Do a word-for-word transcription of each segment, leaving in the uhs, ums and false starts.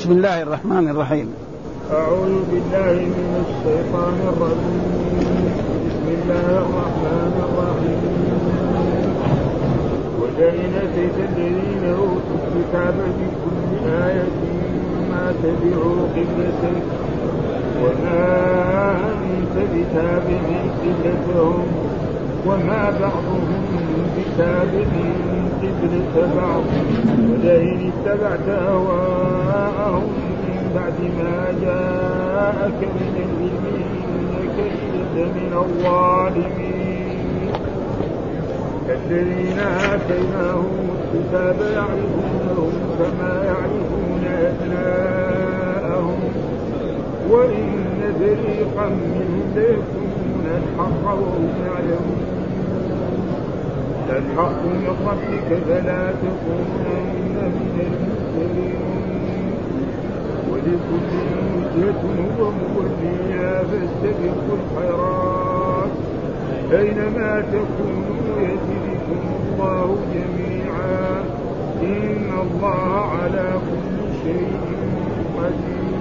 بسم الله الرحمن الرحيم. أعوذ بالله من الشيطان الرجيم. بسم الله الرحمن الرحيم. ولئن أتيت الذين أوتوا الكتاب بكل آية ما تبعوا قبلتك وما أنت بتابع قبلتهم وما بعضهم بتابع قبلة بعض ولئن اتبعت أهواءهم من بعد ما جاءك من العلم إنك إذا من الظالمين. الذين آتيناهم الكتاب يعرفونه كما يعرفون أبناءهم وإن فريقا منهم ليكتمون الحق وهم يعلمون. الحق من ربك فلا تكونن من الممترين. ولكل وجهة هو موليها فاستبقوا الخيرات أينما تكونوا يأتي بكم الله جميعا إن الله على كل شيء قدير.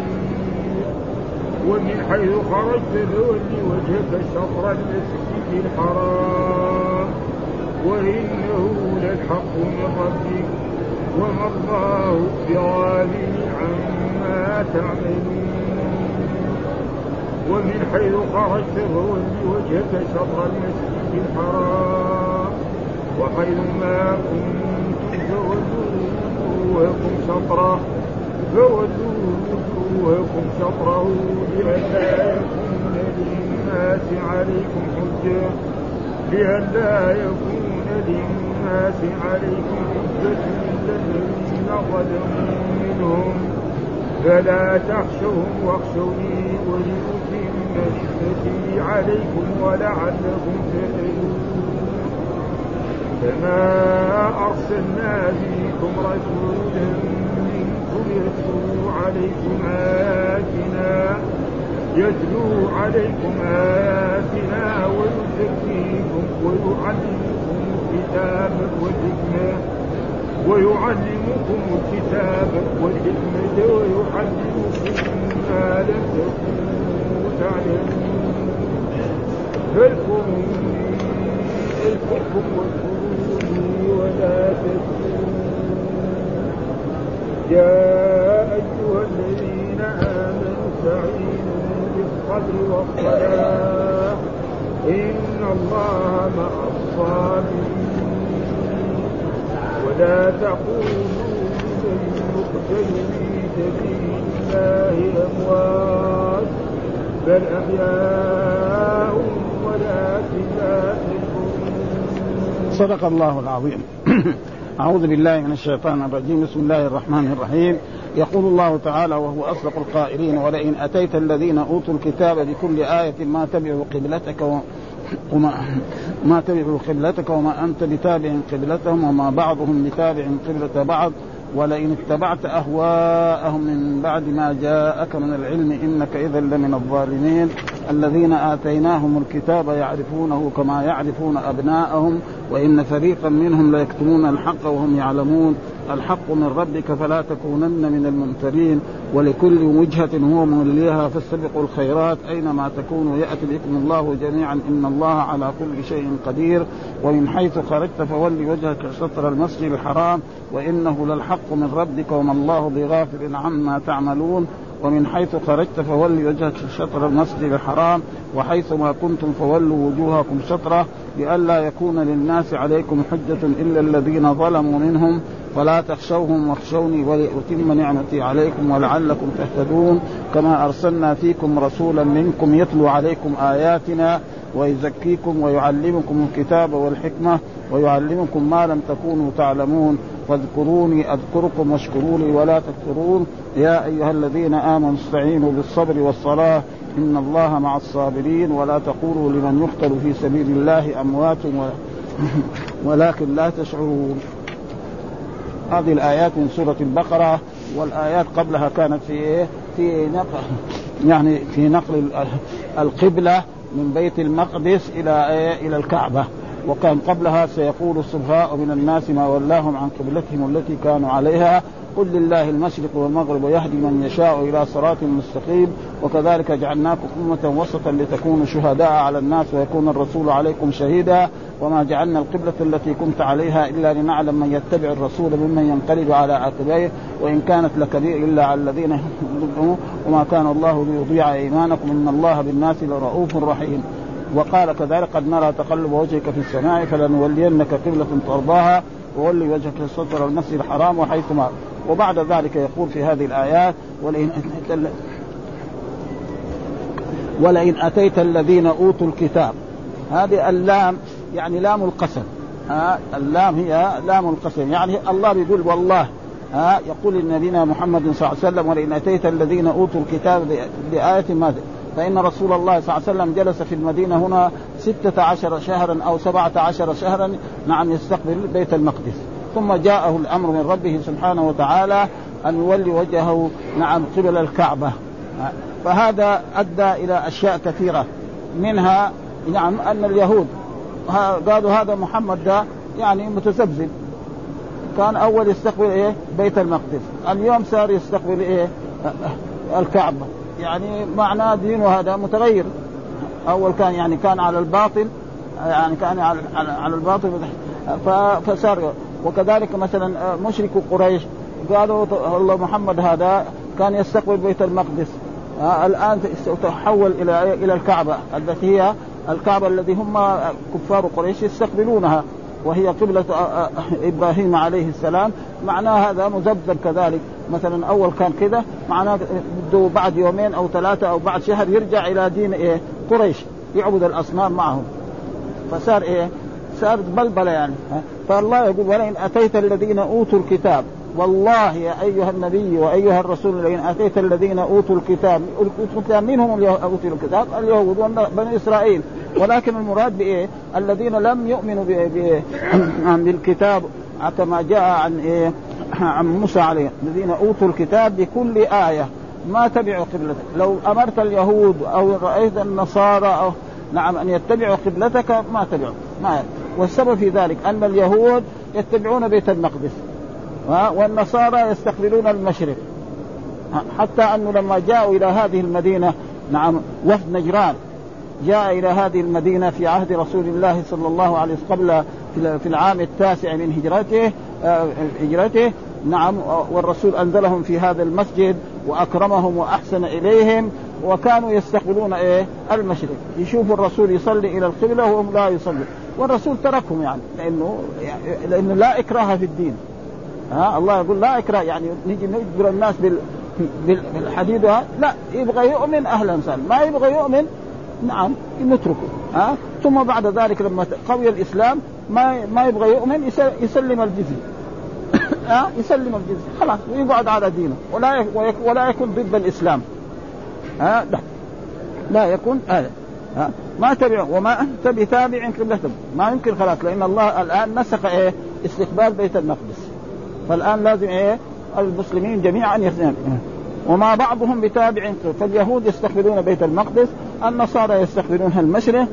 ومن حيث خرجت فول وجهك شطر المسجد الحرام وإنه للحق من ربك وما الله بغافل عما تعملون. ومن حيث خرجت فول وجهك شطر المسجد الحرام وحيث ما كنتم فولوا وجوهكم شطره فولوا وجوهكم شطره لئلا يكون للناس عليكم حجة لئلا يكون للناس عليكم حجة الذين ظلموا منهم فلا تخشوهم واخشوني ولأتم نعمتي عليكم ولعلكم تهتدون. كما أرسلنا فيكم رسولا منكم يتلو عليكم آياتنا يتلو عليكم آياتنا ويزكيكم ويعلمكم الكتاب والحكمة ويعلمكم الكتاب والحكمة ويعلمكم ما لم تكونوا تعلمون. فاذكروني أذكركم واذكروني ولا تذكرون. يا أيها الذين آمنوا استعينوا بالصبر والصلاة إن الله مع الصابرين. ولا تقولوا لمن يقتل في سبيل الله أموات بل أحياء ولكن لا تشعرون. صدق الله العظيم. أعوذ بالله من الشيطان الرجيم. بسم الله الرحمن الرحيم. يقول الله تعالى وهو أصدق القائلين ولئن أتيت الذين أوتوا الكتاب بكل آية ما تبعوا قبلتك وما ما تبعوا قبلتك وما أنت بتابع قبلتهم وما بعضهم بتابع قبلة بعض ولئن اتبعت أهواءهم من بعد ما جاءك من العلم إنك إذا لمن الظالمين. الذين آتيناهم الكتاب يعرفونه كما يعرفون أبناءهم وإن فريقا منهم ليكتمون الحق وهم يعلمون. الحق من ربك فلا تكونن من الممترين. ولكل وجهة هو موليها فاستبقوا الخيرات أينما تكونوا يأتي بكم الله جميعا إن الله على كل شيء قدير. ومن حيث خرجت فول وجهك شطر المسجد الحرام وإنه للحق من ربك وما الله بغافل عما تعملون. ومن حيث خرجت فول وجهك شطر المسجد الحرام وحيث ما كنتم فولوا وجوهكم شطره لئلا يكون للناس عليكم حجة إلا الذين ظلموا منهم فلا تخشوهم واخشوني ولأتم نعمتي عليكم ولعلكم تهتدون. كما أرسلنا فيكم رسولا منكم يتلو عليكم آياتنا ويزكيكم ويعلمكم الكتاب والحكمة ويعلمكم ما لم تكونوا تعلمون. فاذكروني أذكركم واشكروا لي ولا تكفرون. يا أيها الذين آمنوا استعينوا بالصبر والصلاة إن الله مع الصابرين. ولا تقولوا لمن يقتل في سبيل الله أموات ولكن لا تشعرون. هذه الآيات من سورة البقرة والآيات قبلها كانت في في نقل يعني في نقل القبلة من بيت المقدس إلى إلى الكعبة. وكان قبلها سيقول السفهاء من الناس ما ولاهم عن قبلتهم التي كانوا عليها قل لله المشرق والمغرب يهدي من يشاء إلى صراط مستقيم وكذلك جعلناكم أمة وسطا لتكونوا شهداء على الناس ويكون الرسول عليكم شهيدا وما جعلنا القبلة التي كنت عليها إلا لنعلم من يتبع الرسول ممن ينقلب على عقبيه وإن كانت لكبير إلا على الذين يحبونه وما كان الله ليضيع إيمانكم إن الله بالناس لرؤوف رحيم. وقال كذلك قد نرى تقلب وجهك في السماء فلنولينك قبلة ترضاها وولي وجهك السطر المسجد الحرام وحيثما. وبعد ذلك يقول في هذه الآيات ولئن أتيت, ولئن أتيت الذين أوتوا الكتاب. هذه اللام يعني لام القسم. ها اللام هي لام القسم يعني الله بيقول والله ها يقول لنبينا محمد صلى الله عليه وسلم ولئن أتيت الذين أوتوا الكتاب بآية ماذا فإن رسول الله صلى الله عليه وسلم جلس في المدينة هنا ستة عشر شهرا أو سبعة عشر شهرا نعم يستقبل بيت المقدس ثم جاءه الأمر من ربه سبحانه وتعالى أن يولي وجهه نعم قبل الكعبة. فهذا أدى إلى أشياء كثيرة منها نعم أن اليهود قالوا هذا محمد ده يعني متسبسب كان أول يستقبل إيه بيت المقدس اليوم صار يستقبل إيه الكعبة يعني معناه دينه هذا متغير. أول كان يعني كان على الباطل يعني كان على على الباطل فصار. وكذلك مثلا مشرك قريش قالوا الله محمد هذا كان يستقبل بيت المقدس الآن تحول إلى إلى الكعبة التي هي الكعبة الذي هم كفار قريش يستقبلونها وهي قبلة إبراهيم عليه السلام. معناه هذا مذبذب كذلك مثلا أول كان كده معناه بعد يومين أو ثلاثة أو بعد شهر يرجع إلى دين إيه قريش يعبد الأصنام معهم فصار إيه صار بلبلة يعني. فالله يقول ولئن أتيت الذين أوتوا الكتاب والله يا أيها النبي وأيها الرسول لئن أتيت الذين أوتوا الكتاب الكتاب منهم أوتوا الكتاب اليهود بني إسرائيل ولكن المراد بإيه الذين لم يؤمنوا بالكتاب كما جاء عن إيه عن موسى عليه الذين أوتوا الكتاب بكل آية ما تبعوا قبلتك. لو أمرت اليهود أو رأيت النصارى أو نعم أن يتبعوا قبلتك ما تبعوا ما. والسبب في ذلك أن اليهود يتبعون بيت المقدس والنصارى يستقبلون المشرق حتى أنه لما جاءوا إلى هذه المدينة نعم وفد نجران جاء إلى هذه المدينة في عهد رسول الله صلى الله عليه وسلم قبل في العام التاسع من هجرته هجرته نعم والرسول أنزلهم في هذا المسجد وأكرمهم وأحسن إليهم وكانوا يستقبلون إيه المشرق يشوفوا الرسول يصلي إلى القبلة وهم لا يصلي والرسول تركهم يعني لأنه لأنه لا إكراه في الدين. ها الله يقول لا إكراه يعني نيجي نجبر الناس بال بالحديد لا يبغى يؤمن أهلا وسهلا ما يبغى يؤمن نعم نتركه. ها ثم بعد ذلك لما قوي الإسلام ما ما يبغى يؤمن يسلم الجزية ها يسلم الجزية خلاص ويقعد على دينه ولا ولا يكون ضد الإسلام. ها لا لا يكون هذا ها ما تبع وما أنت بتابع قبلتهم ما يمكن خلاص لأن الله الآن نسخ إيه استقبال بيت المقدس فالآن لازم إيه المسلمين جميعا يسلمون وما بعضهم بتابع. فاليهود يستقبلون بيت المقدس النصارى يستقبلون المشرق.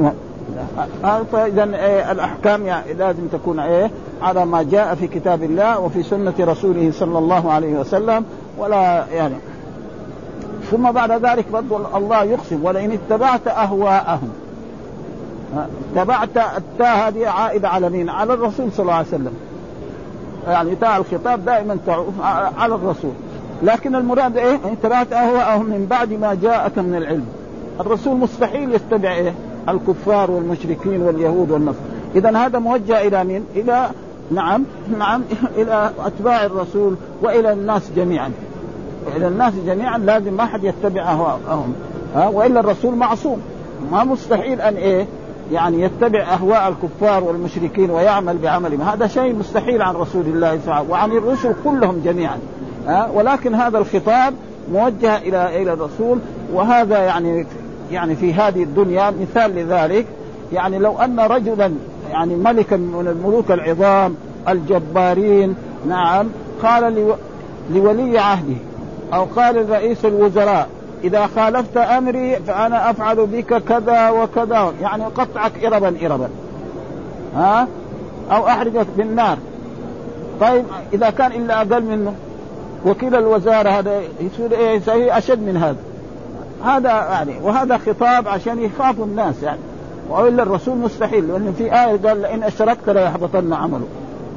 فإذا إيه الأحكام يعني لازم تكون إيه على ما جاء في كتاب الله وفي سنة رسوله صلى الله عليه وسلم ولا يعني. ثم بعد ذلك برضو الله يقسم ولئن اتبعت أهواءهم. اتبعت التاء هذه عائدة على مين؟ على الرسول صلى الله عليه وسلم يعني تاء الخطاب دائما تعود على الرسول لكن المراد ايه اتبعت أهواءهم من بعد ما جاءك من العلم. الرسول مستحيل يتبع ايه الكفار والمشركين واليهود والنصارى. اذا هذا موجه الى مين؟ الى نعم نعم الى اتباع الرسول والى الناس جميعا. إلى الناس جميعا لازم ما حد يتبع أهواءهم ها وإلا الرسول معصوم ما مستحيل أن إيه يعني يتبع أهواء الكفار والمشركين ويعمل بعملهم. هذا شيء مستحيل عن رسول الله صلى الله عليه وسلم وعن الرسل كلهم جميعا. ها ولكن هذا الخطاب موجه إلى إلى الرسول. وهذا يعني يعني في هذه الدنيا مثال لذلك يعني لو أن رجلا يعني ملكا من الملوك العظام الجبارين نعم قال لي لولي عهده أو قال الرئيس الوزراء إذا خالفت أمري فأنا أفعل بك كذا وكذا يعني قطعك إربا إربا ها أو أحرقك بالنار. طيب إذا كان إلا أقل منه وكيل الوزارة هذا يصير إيه يسوي أشد من هذا. هذا يعني وهذا خطاب عشان يخافوا الناس يعني. وإلا الرسول مستحيل، لأن في آية قال إن أشركت لا يحبطن عمله.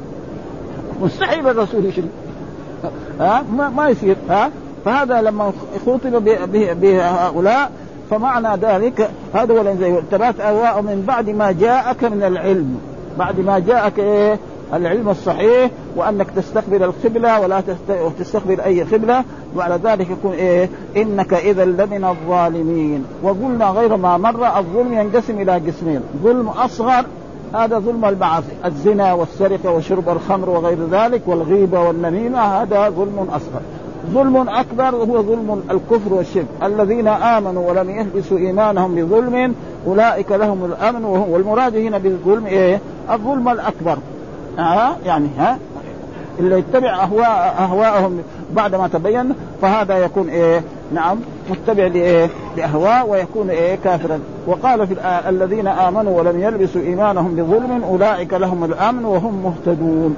مستحيل الرسول يشرك، ها ما, ما يصير. ها فهذا لما خطب بهؤلاء فمعنى ذلك هذا ولا زي تبات أهواء من بعد ما جاءك من العلم، بعد ما جاءك إيه العلم الصحيح وأنك تستقبل القبلة ولا تستقبل أي قبلة، وعلى ذلك يكون إيه إنك إذا لمن الظالمين. وقلنا غير ما مر الظلم ينقسم إلى قسمين: ظلم أصغر هذا ظلم المعاصي، الزنا والسرقة وشرب الخمر وغير ذلك والغيبة والنميمة، هذا ظلم أصغر. ظلم أكبر هو ظلم الكفر والشرك. الذين آمنوا ولم يلبسوا إيمانهم بظلم أولئك لهم الأمن. والمراد هنا بالظلم إيه الظلم الأكبر. آه يعني ها اللي يتبع أهواء أهواءهم بعد ما تبين فهذا يكون إيه نعم متبع لإيه لأهواء ويكون إيه كافرا. وقال في الذين آمنوا ولم يلبسوا إيمانهم بظلم أولئك لهم الأمن وهم مهتدون.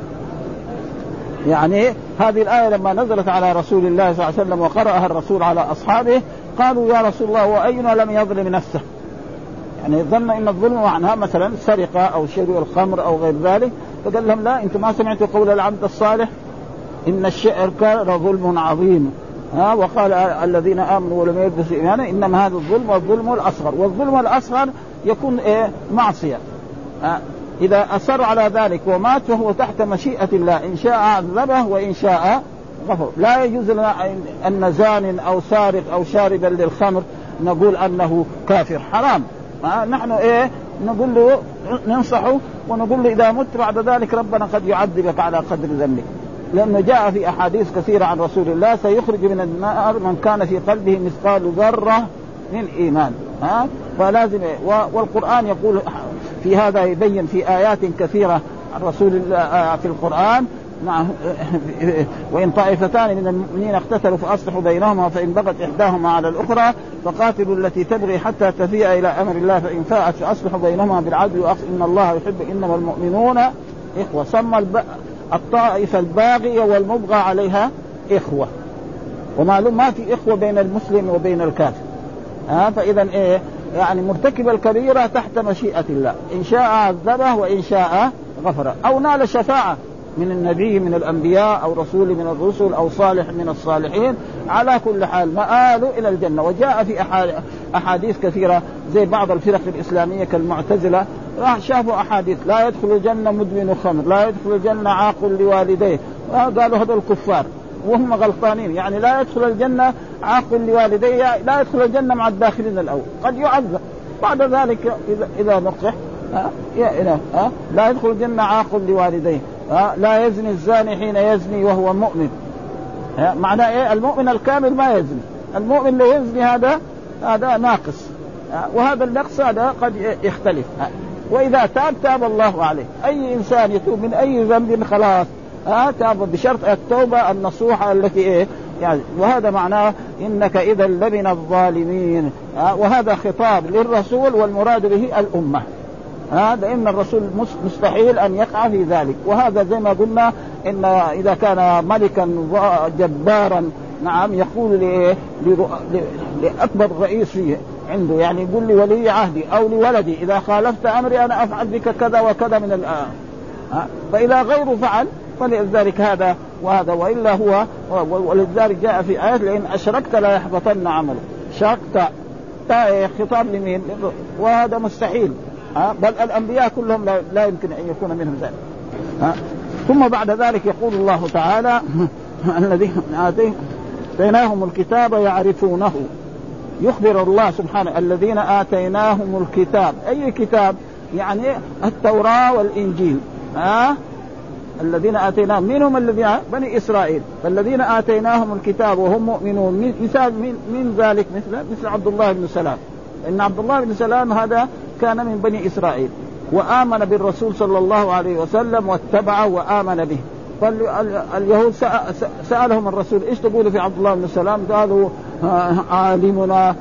يعني هذه الآية لما نزلت على رسول الله صلى الله عليه وسلم وقرأها الرسول على أصحابه قالوا يا رسول الله وأينا لم يظلم نفسه، يعني ظن إن الظلم معناها مثلا سرقة أو شرب الخمر أو غير ذلك. فقال لهم لا، أنتم ما سمعتوا قول العبد الصالح إن الشرك لظلم عظيم. ها وقال الذين آمنوا ولم يلبسوا إيمانهم إنما هذا الظلم والظلم الأصغر. والظلم الأصغر يكون إيه معصية، ها إذا أصر على ذلك ومات فهو تحت مشيئة الله، إن شاء عذبه وإن شاء غفر. لا يجوز لنا أن زان أو سارق أو شاربا للخمر نقول أنه كافر، حرام. نحن إيه نقول له ننصحه ونقول له إذا مت بعد ذلك ربنا قد يعذبك على قدر ذنبك، لأنه جاء في أحاديث كثيرة عن رسول الله سيخرج من النار من كان في قلبه مثقال ذرة من إيمان. ها فلازم. والقرآن يقول في هذا يبين في آيات كثيرة عن رسول الله في القرآن نعم وإن طائفتان من المؤمنين اقتتلوا فأصلحوا بينهما فإن بغت إحداهما على الأخرى فقاتلوا التي تبغي حتى تفيء إلى أمر الله فإن فاءت فأصلحوا بينهما بالعدل وأقسطوا إن الله يحب إنما المؤمنون إخوة. سمى الب... الطائفة الباغية والمبغى عليها إخوة، ومعلوم ما في إخوة بين المسلم وبين الكافر. ها فإذا إيه يعني مرتكب الكبيرة تحت مشيئة الله، إن شاء عذبه وإن شاء غفر أو نال شفاعة من النبي من الأنبياء أو رسول من الرسل أو صالح من الصالحين. على كل حال مآله إلى الجنة. وجاء في أحاديث كثيرة زي بعض الفرق الإسلامية كالمعتزلة راح شافوا أحاديث لا يدخل الجنة مدمن خمر، لا يدخل الجنة عاق لوالديه، قالوا هذول الكفار وهم غلطانين. يعني لا يدخل الجنة عاق لوالديه، لا يدخل الجنة مع الداخلين الأول، قد يعذب بعد ذلك إذا إذا نقح. ها يا ها لا يدخل الجنة عاق لوالديه، ها لا يزني الزاني حين يزني وهو مؤمن. معناه إيه المؤمن الكامل ما يزني، المؤمن اللي يزني هذا هذا ناقص، وهذا النقص هذا قد يختلف. وإذا تاب تاب الله عليه. أي إنسان يتوب من أي ذنب خلاص ها تاب بشرط التوبة النصوحة التي إيه يعني. وهذا معناه إنك إذا لمن الظالمين. وهذا خطاب للرسول والمراد به الأمة. هذا إن الرسول مستحيل أن يقع في ذلك. وهذا زي ما قلنا إن إذا كان ملكا جبارا نعم يقول لأكبر رئيس فيه عنده يعني يقول لي ولي عهدي أو لولدي إذا خالفت أمري أنا أفعل بك كذا وكذا من الآن. فإذا غيره فعل فلذلك هذا وهذا. وإلا هو ولذلك جاء في آيات لئن أشركت لا يحبطن عمله. شركت خطاب لمين؟ وهذا مستحيل. بل الأنبياء كلهم لا, لا يمكن أن يكون منهم ذلك. ثم بعد ذلك يقول الله تعالى الذين آتيناهم الكتاب يعرفونه. يخبر الله سبحانه الذين آتيناهم الكتاب. أي كتاب؟ يعني التوراة والإنجيل. ها الذين آتيناهم منهم الذين بني إسرائيل. فالذين آتيناهم الكتاب وهم مؤمنون. مثال من, من ذلك مثل مثل عبد الله بن سلام. إن عبد الله بن سلام هذا كان من بني إسرائيل وآمن بالرسول صلى الله عليه وسلم واتبعه وآمن به. فاليهود سألهم الرسول إيش تقولوا في عبد الله بن سلام؟ قالوا عالمنا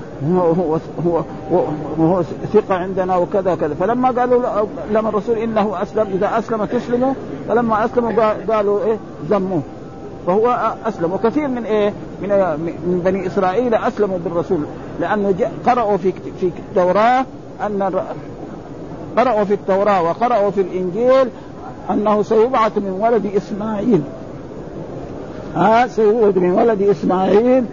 وهو ثقة عندنا وكذا وكذا. فلما قالوا لما الرسول إنه أسلم إذا أسلم تسلموا، فلما أسلموا قالوا إيه ذموه فهو أسلم. وكثير من إيه من من بني إسرائيل أسلموا بالرسول، لأنه قرأوا في في التوراة أن قرأوا في التوراة وقرأوا في الإنجيل أنه سيبعث من ولد إسماعيل، ها سيولد من ولد إسماعيل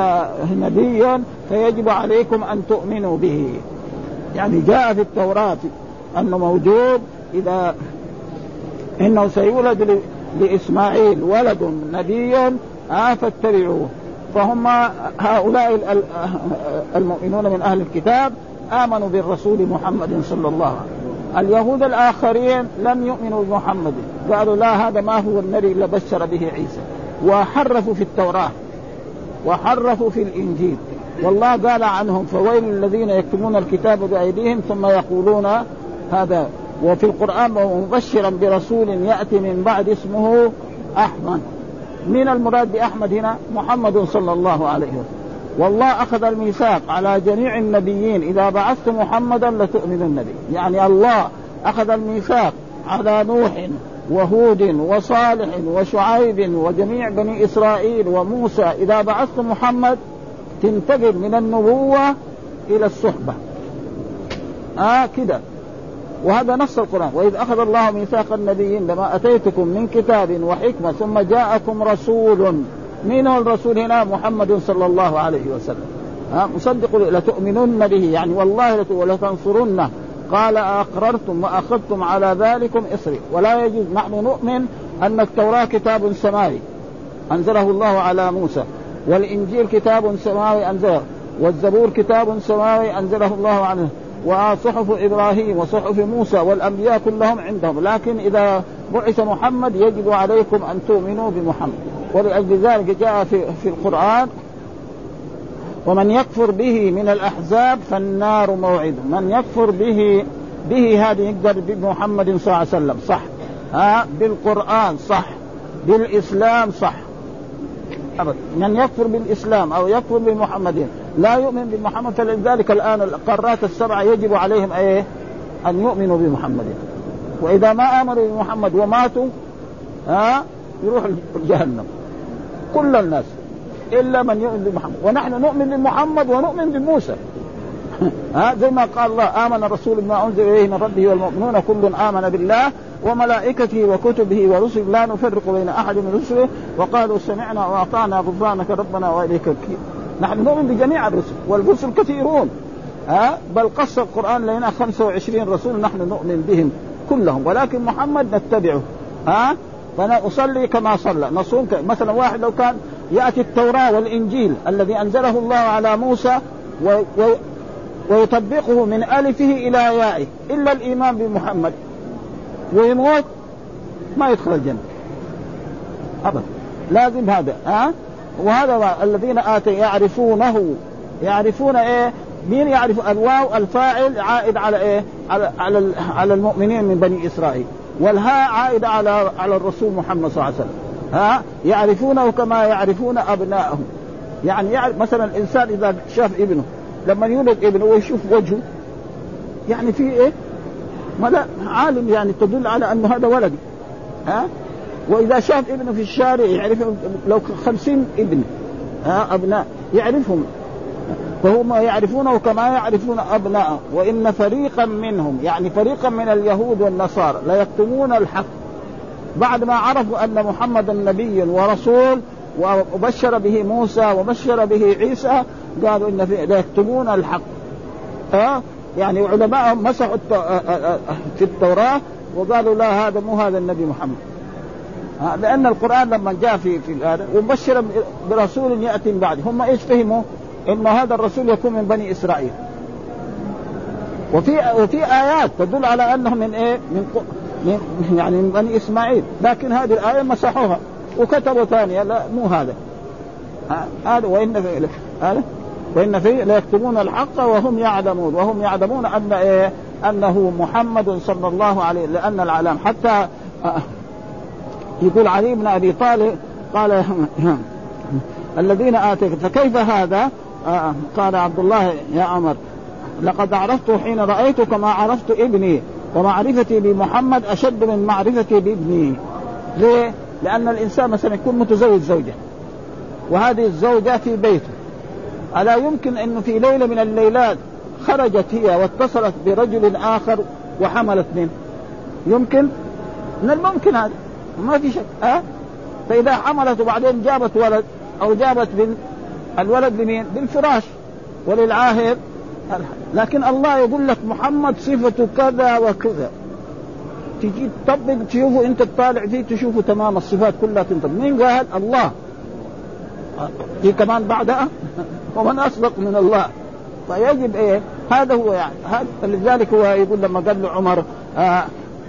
نبيا فيجب عليكم أن تؤمنوا به. يعني جاء في التوراة أنه موجود إذا إنه سيولد لإسماعيل ولد نبيا ها فاتبعوه. فهم هؤلاء المؤمنون من أهل الكتاب آمنوا بالرسول محمد صلى الله عليه وسلم. اليهود الآخرين لم يؤمنوا بمحمد، قالوا لا هذا ما هو النبي إلا بشر به عيسى، وحرفوا في التوراة وحرفوا في الإنجيل. والله قال عنهم فويل الذين يكتمون الكتاب بأيديهم ثم يقولون هذا. وفي القرآن مبشرا برسول يأتي من بعد اسمه أحمد. من المراد بأحمد هنا؟ محمد صلى الله عليه وسلم. والله أخذ الميثاق على جميع النبيين إذا بعثت محمدا لتؤمنن به. يعني الله أخذ الميثاق على نوح وهود وصالح وشعيب وجميع بني إسرائيل وموسى إذا بعثت محمد تنتقل من النبوة إلى الصحبة آه كده. وهذا نص القرآن: وإذ أخذ الله ميثاق النبيين لما أتيتكم من كتاب وحكمة ثم جاءكم رسول. من هو الرسول هنا؟ محمد صلى الله عليه وسلم. ها مصدق لتؤمنن به، يعني والله ولتنصرنه. قال أقررتم وأخذتم على ذلكم إصري. ولا يجوز، نحن نؤمن أن التوراة كتاب سماوي أنزله الله على موسى، والإنجيل كتاب سماوي أنزله، والزبور كتاب سماوي أنزله الله عنه، وصحف إبراهيم وصحف موسى والأنبياء كلهم عندهم. لكن إذا بعث محمد يجب عليكم أن تؤمنوا بمحمد. ولأجل ذلك جاء في, في القرآن: ومن يكفر به من الأحزاب فالنار موعد. من يكفر به به هذه يقدر بمحمد صلى الله عليه وسلم صح، ها بالقرآن صح، بالإسلام صح. أبدا من يكفر بالإسلام أو يكفر بمحمد لا يؤمن بمحمد. فلذلك الآن القارات السبعة يجب عليهم أيه أن يؤمنوا بمحمد. وإذا ما آمنوا بمحمد وماتوا ها يروح جهنم كل الناس إلا من يؤمن بمحمد. ونحن نؤمن بمحمد ونؤمن بموسى ها زي ما قال الله: آمن الرسول بما أنزل إليه من ربه والمؤمنون كل آمن بالله وملائكته وكتبه ورسله لا نفرق بين أحد من رسله وقالوا سمعنا وأطعنا غفرانك ربنا وإليك الكير. نحن نؤمن بجميع الرسل، والرسل كثيرون ها بل قص القرآن لنا خمسة وعشرين رسول نحن نؤمن بهم كلهم، ولكن محمد نتبعه. ها فأنا أصلي كما صلى، نصوم مثلا. واحد لو كان يأتي التوراة والإنجيل الذي أنزله الله على موسى و... و... ويطبقه من ألفه إلى يائه إلا الإيمان بمحمد ويموت ما يدخل الجنة أبدا. لازم هذا ها وهذا الذين آتي يعرفونه. يعرفون إيه؟ مين يعرف؟ الواو الفاعل عائد على إيه؟ على على على المؤمنين من بني إسرائيل، والهاء عائد على على الرسول محمد صلى الله عليه وسلم. ها يعرفونه كما يعرفون أبنائهم. يعني يعرف مثلا الإنسان إذا شاف ابنه لما يولد ابنه ويشوف وجهه يعني في إيه؟ ملا عالم يعني تدل على أنه هذا ولدي. ها وإذا شاف ابنه في الشارع يعرف لو خمسين ابن ها أبناء يعرفهم، فهم يعرفونه كما يعرفون أبناء. وإن فريقا منهم يعني فريقا من اليهود والنصارى لا يكتمون الحق بعد ما عرفوا أن محمد نبي ورسول وبشر به موسى وبشر به عيسى، قالوا إن لا يكتمون الحق. ها يعني علماءهم مسحوا في التوراة وقالوا لا هذا مو هذا النبي محمد، لأن القرآن لما جاء في في هذا وبشر برسول يأتي من بعد، هم إيش فهموا؟ إن هذا الرسول يكون من بني إسرائيل. وفي وفي آيات تدل على أنهم من إيه؟ من, من يعني من بني إسماعيل، لكن هذه الآية مسحوها وكتبوا ثانية لا مو هذا. هذا وإن في هذا وإن فيه لا يكتمون الحق وهم يعلمون وهم يعلمون أن إيه؟ أنه محمد صلى الله عليه. لأن العلام حتى يقول علي بن أبي طالب قال الذين آتيك فكيف هذا؟ آه قال عبد الله يا عمر لقد عرفته حين رأيته كما عرفت ابني، ومعرفتي بمحمد أشد من معرفتي بابني. ليه؟ لأن الإنسان مثلا يكون متزوج زوجة وهذه الزوجة في بيته، ألا يمكن أنه في ليلة من الليلات خرجت هي واتصلت برجل آخر وحملت منه؟ يمكن؟ من الممكن هذا، ما في شك. أه؟ فإذا حملت وبعدين جابت ولد أو جابت بنت، الولد لمين؟ للفراش وللعاهر. لكن الله يقول لك محمد صفته كذا وكذا، تجي تطبق تشوفه أنت تطالع فيه تشوفه تمام الصفات كلها تنطبق. مين قال؟ الله. في كمان بعدها ومن أصدق من الله. فيجب إيه هذا هو يعني هذا. لذلك هو يقول لما قال له عمر آه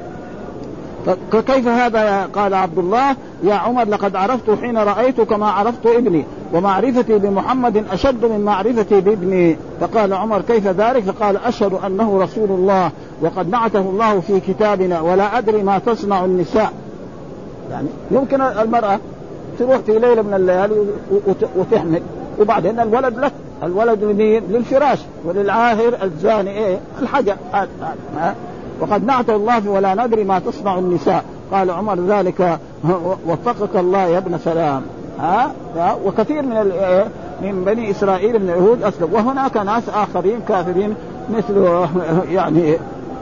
كيف هذا؟ قال عبد الله يا عمر لقد عرفت حين رأيت كما عرفت ابني، ومعرفتي بمحمد أشد من معرفتي بابني. فقال عمر كيف ذلك؟ فقال أشهد أنه رسول الله وقد نعته الله في كتابنا ولا أدري ما تصنع النساء. يعني يمكن المرأة تروح في ليلة من الليالي وتحمل وبعدين الولد لك، الولد لمين؟ للفراش وللعاهر الزاني ايه الحجر. وقد نعته الله ولا ندري ما تصنع النساء. قال عمر ذلك وفقك الله يا ابن سلام. ها وكثير من من بني إسرائيل من اليهود أسلموا، وهناك ناس آخرين كافرين مثل يعني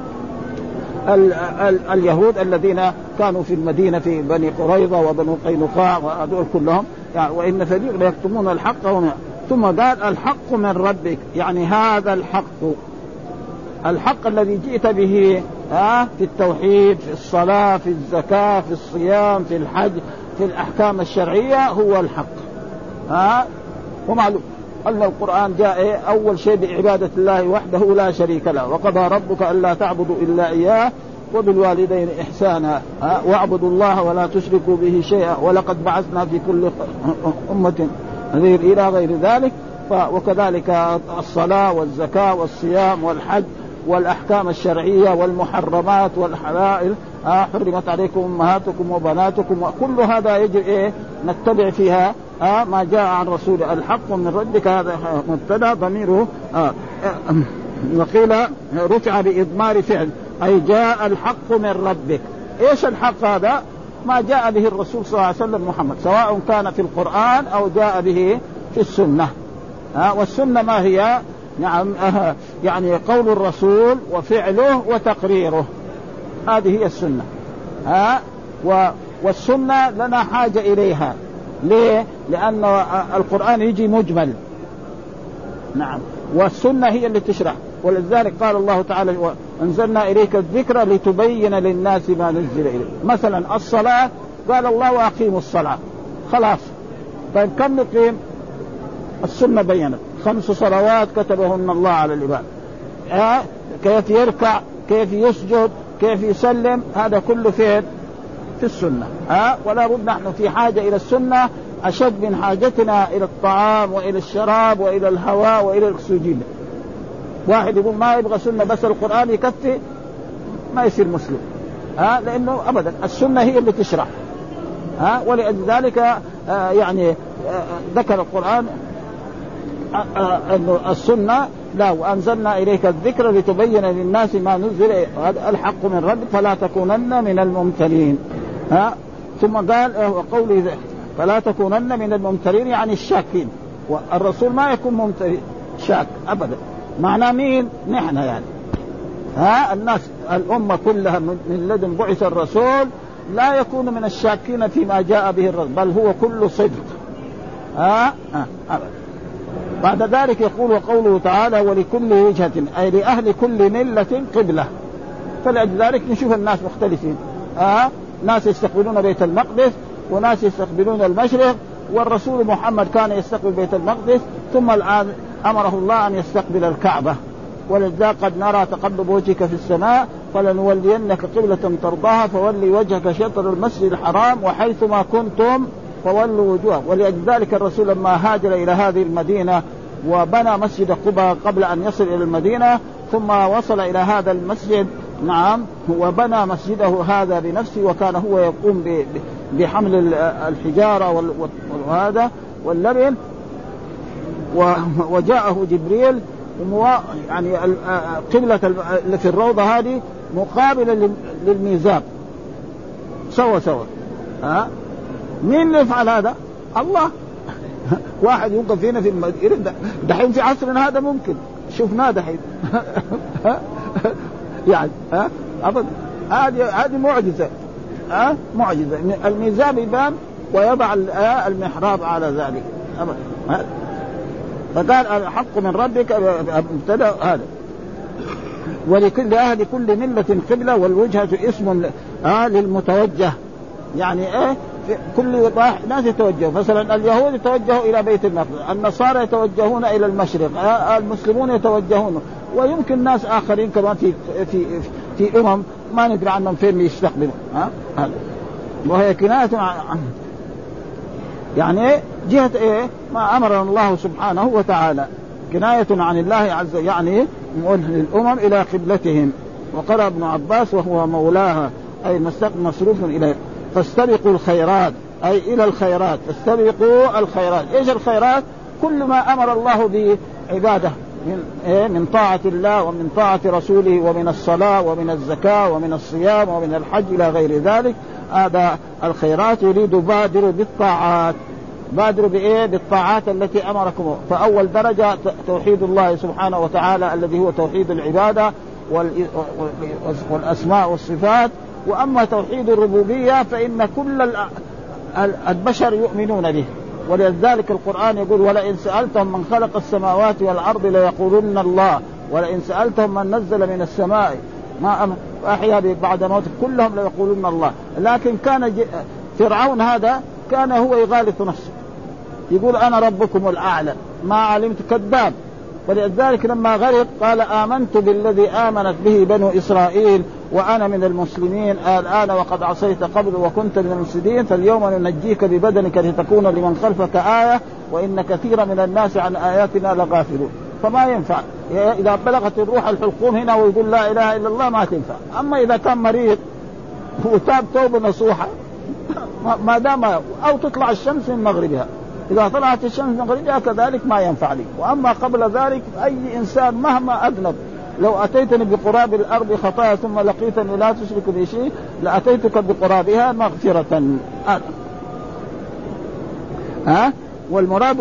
ال ال اليهود الذين كانوا في المدينة في بني قريظة وبنو قينقاع وهذول كلهم يعني وإن فريق لا يكتمون الحق ومن... ثم قال الحق من ربك، يعني هذا الحق الحق الذي جئت به ها في التوحيد في الصلاة في الزكاة في الصيام في الحج في الأحكام الشرعية هو الحق. ها ومعلوم أن القرآن جاء أول شيء بعبادة الله وحده لا شريك له، وقضى ربك ألا تعبدوا إلا إياه وبالوالدين إحسانا واعبدوا الله ولا تشركوا به شيئا ولقد بعثنا في كل أمة نذير إلى غير ذلك. وكذلك الصلاة والزكاة والصيام والحج والأحكام الشرعية والمحرمات والحلائل حرمت عليكم أمهاتكم وبناتكم، وكل هذا يجب إيه نتبع فيها آه ما جاء عن رسول الحق من ربك. هذا مبتدا ضميره آه وقيل رفع بإضمار فعل أي جاء الحق من ربك. إيش الحق هذا؟ ما جاء به الرسول صلى الله عليه وسلم محمد، سواء كان في القرآن أو جاء به في السنة. آه والسنة ما هي؟ نعم آه يعني قول الرسول وفعله وتقريره، هذه هي السنة. آه والسنة لنا حاجة إليها. ليه؟ لأن القرآن يجي مجمل، نعم، والسنة هي اللي تشرح. ولذلك قال الله تعالى وأنزلنا إليك الذكر لتبين للناس ما نزل إليه. مثلا الصلاة قال الله وأقيموا الصلاة، خلاص. طيب كم نقيم؟ السنة بينت خمس صلوات كتبهن الله على العباد. آه كيف يركع، كيف يسجد، كيف يسلم، هذا كله فين؟ في السنة. ها ولا بد نحن في حاجة إلى السنة أشد من حاجتنا إلى الطعام وإلى الشراب وإلى الهواء وإلى الأكسجين. واحد يقول ما يبغى سنة بس القرآن يكفي، ما يصير مسلم. ها لأنه أبدا السنة هي اللي تشرح. ها ولذلك آه يعني آه ذكر القرآن أن السنة لا وأنزلنا إليك الذكر لتبين للناس ما نزل الحق من ربك فلا تكونن من الممترين. ها ثم قال وقوله فلا تكونن من الممترين يعني الشاكين، والرسول ما يكون ممتر شاك أبدا. معناه مين؟ نحن يعني ها الناس الأمة كلها من لدن بعث الرسول لا يكون من الشاكين فيما جاء به الرسول، بل هو كل صدق. ها أه أبدا. بعد ذلك يقول وقوله تعالى ولكل وجهة أي لأهل كل ملة قبلة. فلذلك نشوف الناس مختلفين. آه ناس يستقبلون بيت المقدس وناس يستقبلون المشرق، والرسول محمد كان يستقبل بيت المقدس ثم الآن أمره الله أن يستقبل الكعبة. ولذلك قد نرى تقلب وجهك في السماء فلنولينك قبلة ترضاها فولي وجهك شطر المسجد الحرام وحيثما كنتم فولوا وجوهكم. ولذلك الرسول لما هاجر إلى هذه المدينة وبنى مسجد قباء قبل أن يصل إلى المدينة ثم وصل إلى هذا المسجد، نعم، وبنى مسجده هذا بنفسه، وكان هو يقوم بحمل الحجارة وهذا واللبن، وجاءه جبريل يعني قبلة اللي في الروضة هذه مقابلة للميزاب سوا سوا. ها مين اللي يفعل هذا؟ الله. واحد يوقف هنا في المدينة دحين في عصرنا هذا ممكن شفناه دحين. يعني ها أبدا هذه هذه معجزة، ها معجزة. الميزان يبان ويضع المحراب على ذلك أبدا. فقال الحق من ربك ابتدأ هذا. ولكل أهل كل ملة قبلة والوجهة اسم آه للمتوجه. يعني إيه كل ناس يتوجهوا، مثلا اليهود يتوجهوا إلى بيت المقدس، النصارى يتوجهون إلى المشرق، آه المسلمون يتوجهون، ويمكن ناس آخرين كمان في في في أمم ما ندري عنهم فين يستقبلوا. ها آه وهي كناية عن يعني جهة إيه ما أمر الله سبحانه وتعالى، كناية عن الله عز وجل، يعني للأمم إلى قبلتهم. وقال ابن عباس وهو مولاها أي مصروف إليه. فاستبقوا الخيرات أي إلى الخيرات، فاستبقوا الخيرات. إيش الخيرات؟ كل ما أمر الله به عباده من إيه من طاعة الله ومن طاعة رسوله ومن الصلاة ومن الزكاة ومن الصيام ومن الحج إلى غير ذلك. هذا الخيرات يريد بادروا بالطاعات، بادروا بإيه بالطاعات التي أمركم. فأول درجة توحيد الله سبحانه وتعالى الذي هو توحيد العبادة والأسماء والصفات. وأما توحيد الربوبية فإن كل البشر يؤمنون به، ولذلك القرآن يقول ولئن سألتهم من خلق السماوات والأرض ليقولن الله ولئن سألتهم من نزل من السماء ما أحيا بعد موت كلهم ليقولن الله. لكن كان فرعون هذا كان هو يغالط نفسه يقول أنا ربكم الأعلى ما علمت، كذاب. ولذلك لما غرق قال آمنت بالذي آمنت به بنو إسرائيل وأنا من المسلمين الآن وقد عصيت قبل وكنت من المفسدين فاليوم ننجيك ببدنك لتكون لمن خلفك آية وإن كثيرا من الناس عن آياتنا لغافلون. فما ينفع إذا بلغت الروح الحلقوم هنا ويقول لا إله إلا الله ما تنفع. أما إذا كان مريض وتاب توبة نصوحة ما دام أو تطلع الشمس من مغربها، إذا طلعت الشمس من مغربها كذلك ما ينفع لك. وأما قبل ذلك أي إنسان مهما أذنب لو أتيتني بقراب الأرض خطايا ثم لقيتني لا تشرك بي شيء لأتيتك بقرابها مغفرة. ها والمراد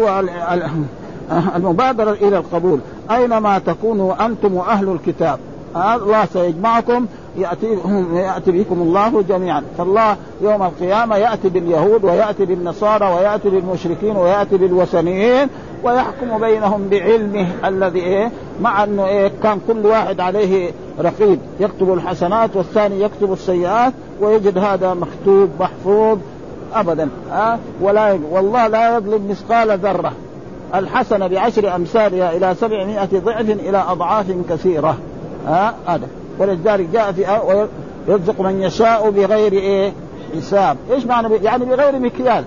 المبادرة إلى القبول أينما تكونوا أنتم وأهل الكتاب الله سيجمعكم يأتي, يأتي بكم الله جميعا. فالله يوم القيامة يأتي باليهود ويأتي بالنصارى ويأتي بالمشركين ويأتي بالوثنيين ويحكم بينهم بعلمه الذي إيه مع أنه إيه كان كل واحد عليه رقيب يكتب الحسنات والثاني يكتب السيئات ويجد هذا مكتوب محفوظ أبدا. أه؟ ولا والله لا يظلم مثقال ذرة، الحسنة بعشر أمثالها إلى سبعمائة ضعف إلى أضعاف كثيرة. هذا أه؟ ولذلك جاء في أه يرزق من يشاء بغير إيه حساب. إيش معنى يعني بغير مكيال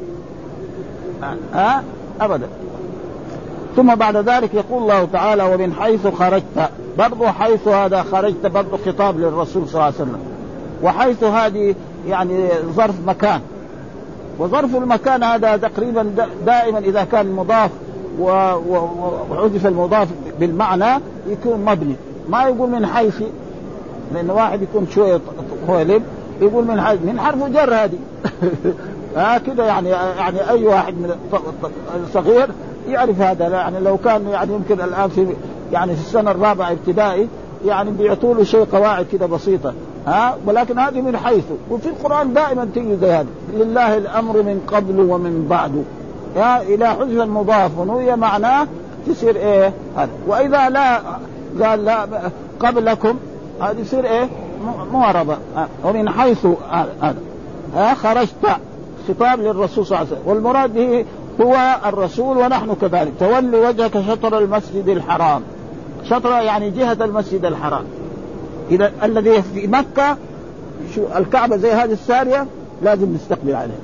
أه؟ أبدا. ثم بعد ذلك يقول الله تعالى ومن حيث خرجت، برضو حيث هذا خرجت برضو خطاب للرسول صلى الله عليه وسلم. وحيث هذه يعني ظرف مكان، وظرف المكان هذا تقريبا دائما إذا كان مضاف وحذف المضاف بالمعنى يكون مبني، ما يقول من حيث، لأن واحد يكون شوية قولب يقول من حيث من حرف جر هذه ها كده يعني يعني أي واحد من الصغير يعرف هذا. يعني لو كان يعني يمكن الآن في يعني في السنة الرابعة ابتدائي يعني بيعطوا له شيء قواعد كده بسيطة ها، ولكن هذه من حيث. وفي القرآن دائما تيجي زي هذا لله الأمر من قبل ومن بعد يا إلى حذف المضاف ونوية معناه تصير إيه هذا. وإذا لا قال لا قبلكم هذه يصير إيه معرضة. ومن حيث هذا ها خرجت خطاب للرسول صلى الله عليه وسلم، والمراد به هو الرسول ونحن كذلك. تولي وجهك شطر المسجد الحرام، شطر يعني جهة المسجد الحرام إذا الذي في مكة شو الكعبة زي هذه السارية لازم نستقبل عليه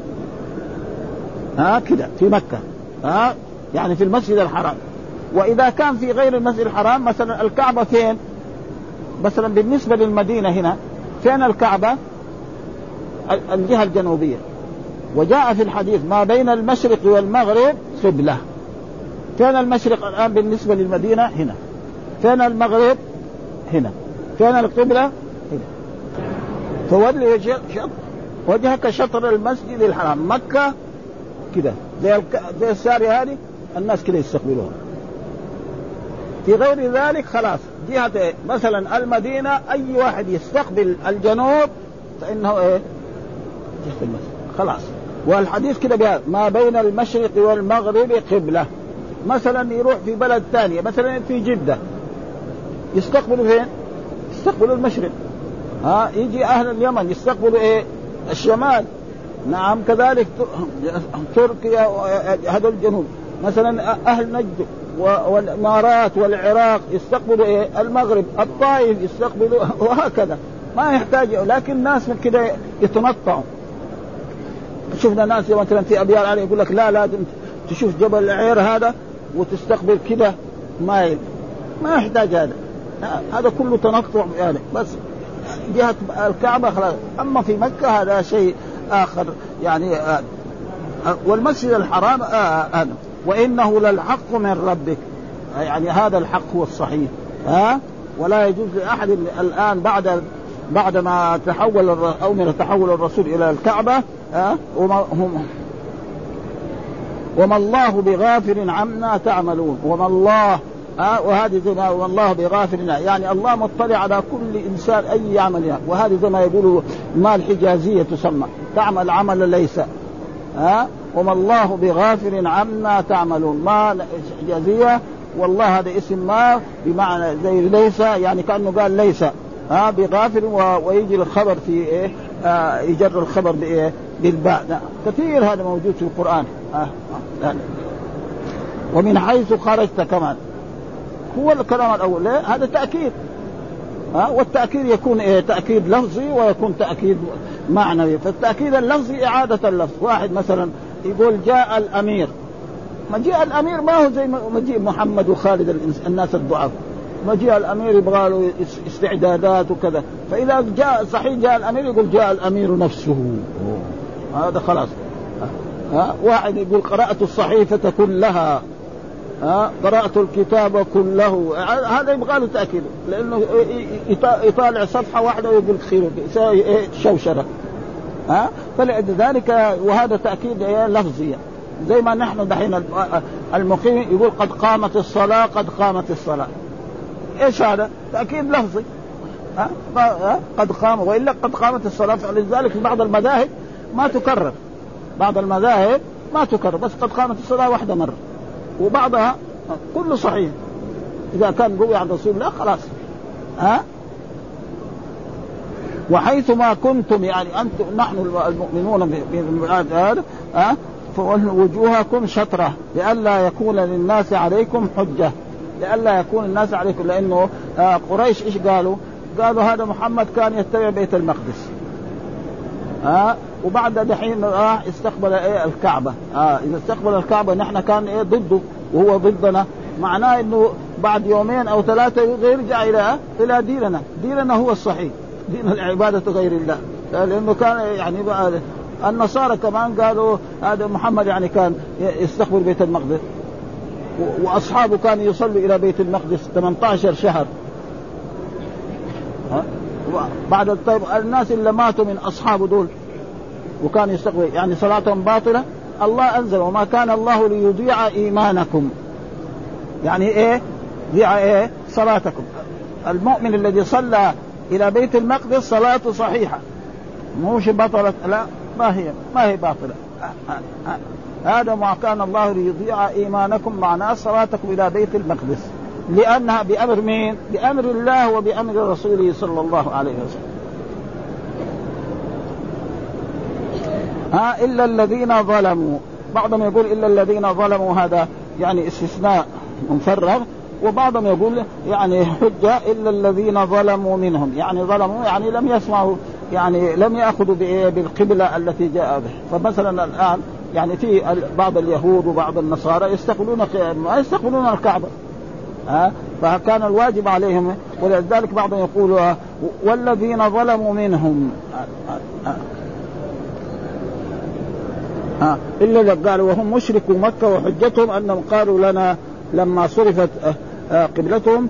ها كده في مكة ها يعني في المسجد الحرام. وإذا كان في غير المسجد الحرام مثلا الكعبة فين مثلا بالنسبة للمدينة هنا فين الكعبة؟ الجهة الجنوبية. وجاء في الحديث ما بين المشرق والمغرب قبلة. فين المشرق الآن بالنسبة للمدينة؟ هنا. فين المغرب؟ هنا. فين القبلة؟ هنا. فولي وجه وجهك شطر المسجد الحرام. مكة كده زي الك... زي السارية هذه الناس كده يستقبلوها. في غير ذلك خلاص جهة إيه؟ مثلا المدينة أي واحد يستقبل الجنوب فإنه إيه جهة المسجد خلاص. والحديث كده بها ما بين المشرق والمغرب قبلة. مثلا يروح في بلد ثانية مثلا في جدة يستقبلوا فين؟ يستقبلوا المشرق. ها يجي أهل اليمن يستقبلوا إيه الشمال. نعم كذلك تركيا هذا الجنوب. مثلا أهل نجد والإمارات والعراق يستقبلوا إيه المغرب. الطائف يستقبلوا وهكذا ما يحتاج. لكن الناس من كده يتنطعوا. شفنا ناس مثلا في أبيار عليه يقول لك لا لازم تشوف جبل العير هذا وتستقبل كده مايل. ما يحتاج هذا. هذا كله تنطع يعني بس جهة الكعبة خلاص. أما في مكة هذا شيء آخر يعني. آه والمسجد الحرام آه وإنه للحق من ربك يعني هذا الحق هو الصحيح. ها ولا يجوز لأحد الآن بعد بعد ما تحول أو من تحول الرسول إلى الكعبة ها وما هم وما الله بغافل عما تعملون. وما الله ها وهذه زي ما والله بغافل يعني الله مطلع على كل إنسان أي عمل. وهذه زي ما يقولوا ما الحجازية تسمى تعمل عمل ليس. ها وما الله بغافل عما تعملون. ما حجازية والله هذا اسم ما بمعنى زي ليس يعني كأنه قال ليس ها بغافل ويجي الخبر في إيه آه يجر الخبر بإيه بالباء. كثير هذا موجود في القرآن. آه آه ومن حيث خرجت كمان هو الكلام الأول هذا تأكيد. ها والتأكيد يكون إيه تأكيد لفظي ويكون تأكيد معنوي. فالتأكيد اللفظي إعادة اللفظ. واحد مثلا يقول جاء الأمير. مجيء الأمير ما هو زي مجيء محمد وخالد الناس الضعاف. مجيء الأمير يبغى له استعدادات وكذا. فإذا جاء صحيح جاء الأمير يقول جاء الأمير نفسه. هذا خلاص. ها واحد يقول قرأت الصحيفة كلها. ها قرأت الكتاب كله. هذا يبغى له تأكيد لأنه يطالع صفحة واحدة ويقول خير يسوي شوشرة. ها فلذلك وهذا تأكيد لفظي. زي ما نحن دحين المقيم يقول قد قامت الصلاة قد قامت الصلاة. إيش هذا؟ تأكيد لفظي. ها قد قام وإلا قد قامت الصلاة. فلذلك في بعض المذاهب ما تكرر. بعض المذاهب ما تكرر بس قد قامت الصلاة واحدة مرة. وبعضها كله صحيح إذا كان قوي عن رسول الله خلاص. ها وحيث ما كنتم يعني أنتم نحن المؤمنون بالمعاد هذا ها فوجوهكم شطرة لئلا يكون للناس عليكم حجة. لئلا يكون الناس عليكم لأنه آه قريش إيش قالوا؟ قالوا هذا محمد كان يتبع بيت المقدس. ها وبعد دحين راح استقبل إيه الكعبة. آه إذا استقبل الكعبة نحن كان إيه ضده وهو ضدنا. معناه إنه بعد يومين أو ثلاثة يرجع إلى إلى ديننا. ديننا هو الصحيح دين العبادة غير الله. لأنه كان يعني النصارى كمان قالوا هذا محمد يعني كان يستقبل بيت المقدس وأصحابه كانوا يصلوا إلى بيت المقدس ثمانية عشر شهر. ها بعد طيب الناس اللي ماتوا من أصحابه دول وكان يستقبل يعني صلاتهم باطلة. الله أنزل وما كان الله ليضيع إيمانكم. يعني إيه ضيع إيه صلاتكم. المؤمن الذي صلى إلى بيت المقدس صلاته صحيحة موش بطلت لا ما هي ما هي باطلة. هذا ما كان الله ليضيع إيمانكم معناه صلاتكم إلى بيت المقدس لأنها بأمر مين؟ بأمر الله وبأمر رسوله صلى الله عليه وسلم. ها إلا الذين ظلموا. بعضهم يقول إلا الذين ظلموا هذا يعني استثناء مفرغ. وبعضهم يقول يعني حجة إلا الذين ظلموا منهم يعني ظلموا يعني لم يسمعوا يعني لم يأخذوا بالقبلة التي جاء به. فمثلا الآن يعني في بعض اليهود وبعض النصارى يستقبلون ما يستقبلون الكعبة. ها فكان الواجب عليهم. ولذلك بعضهم يقول والذين ظلموا منهم ها إلا قالوا وهم مشركوا مكة وحجتهم أنهم قالوا لنا لما صرفت قبلتهم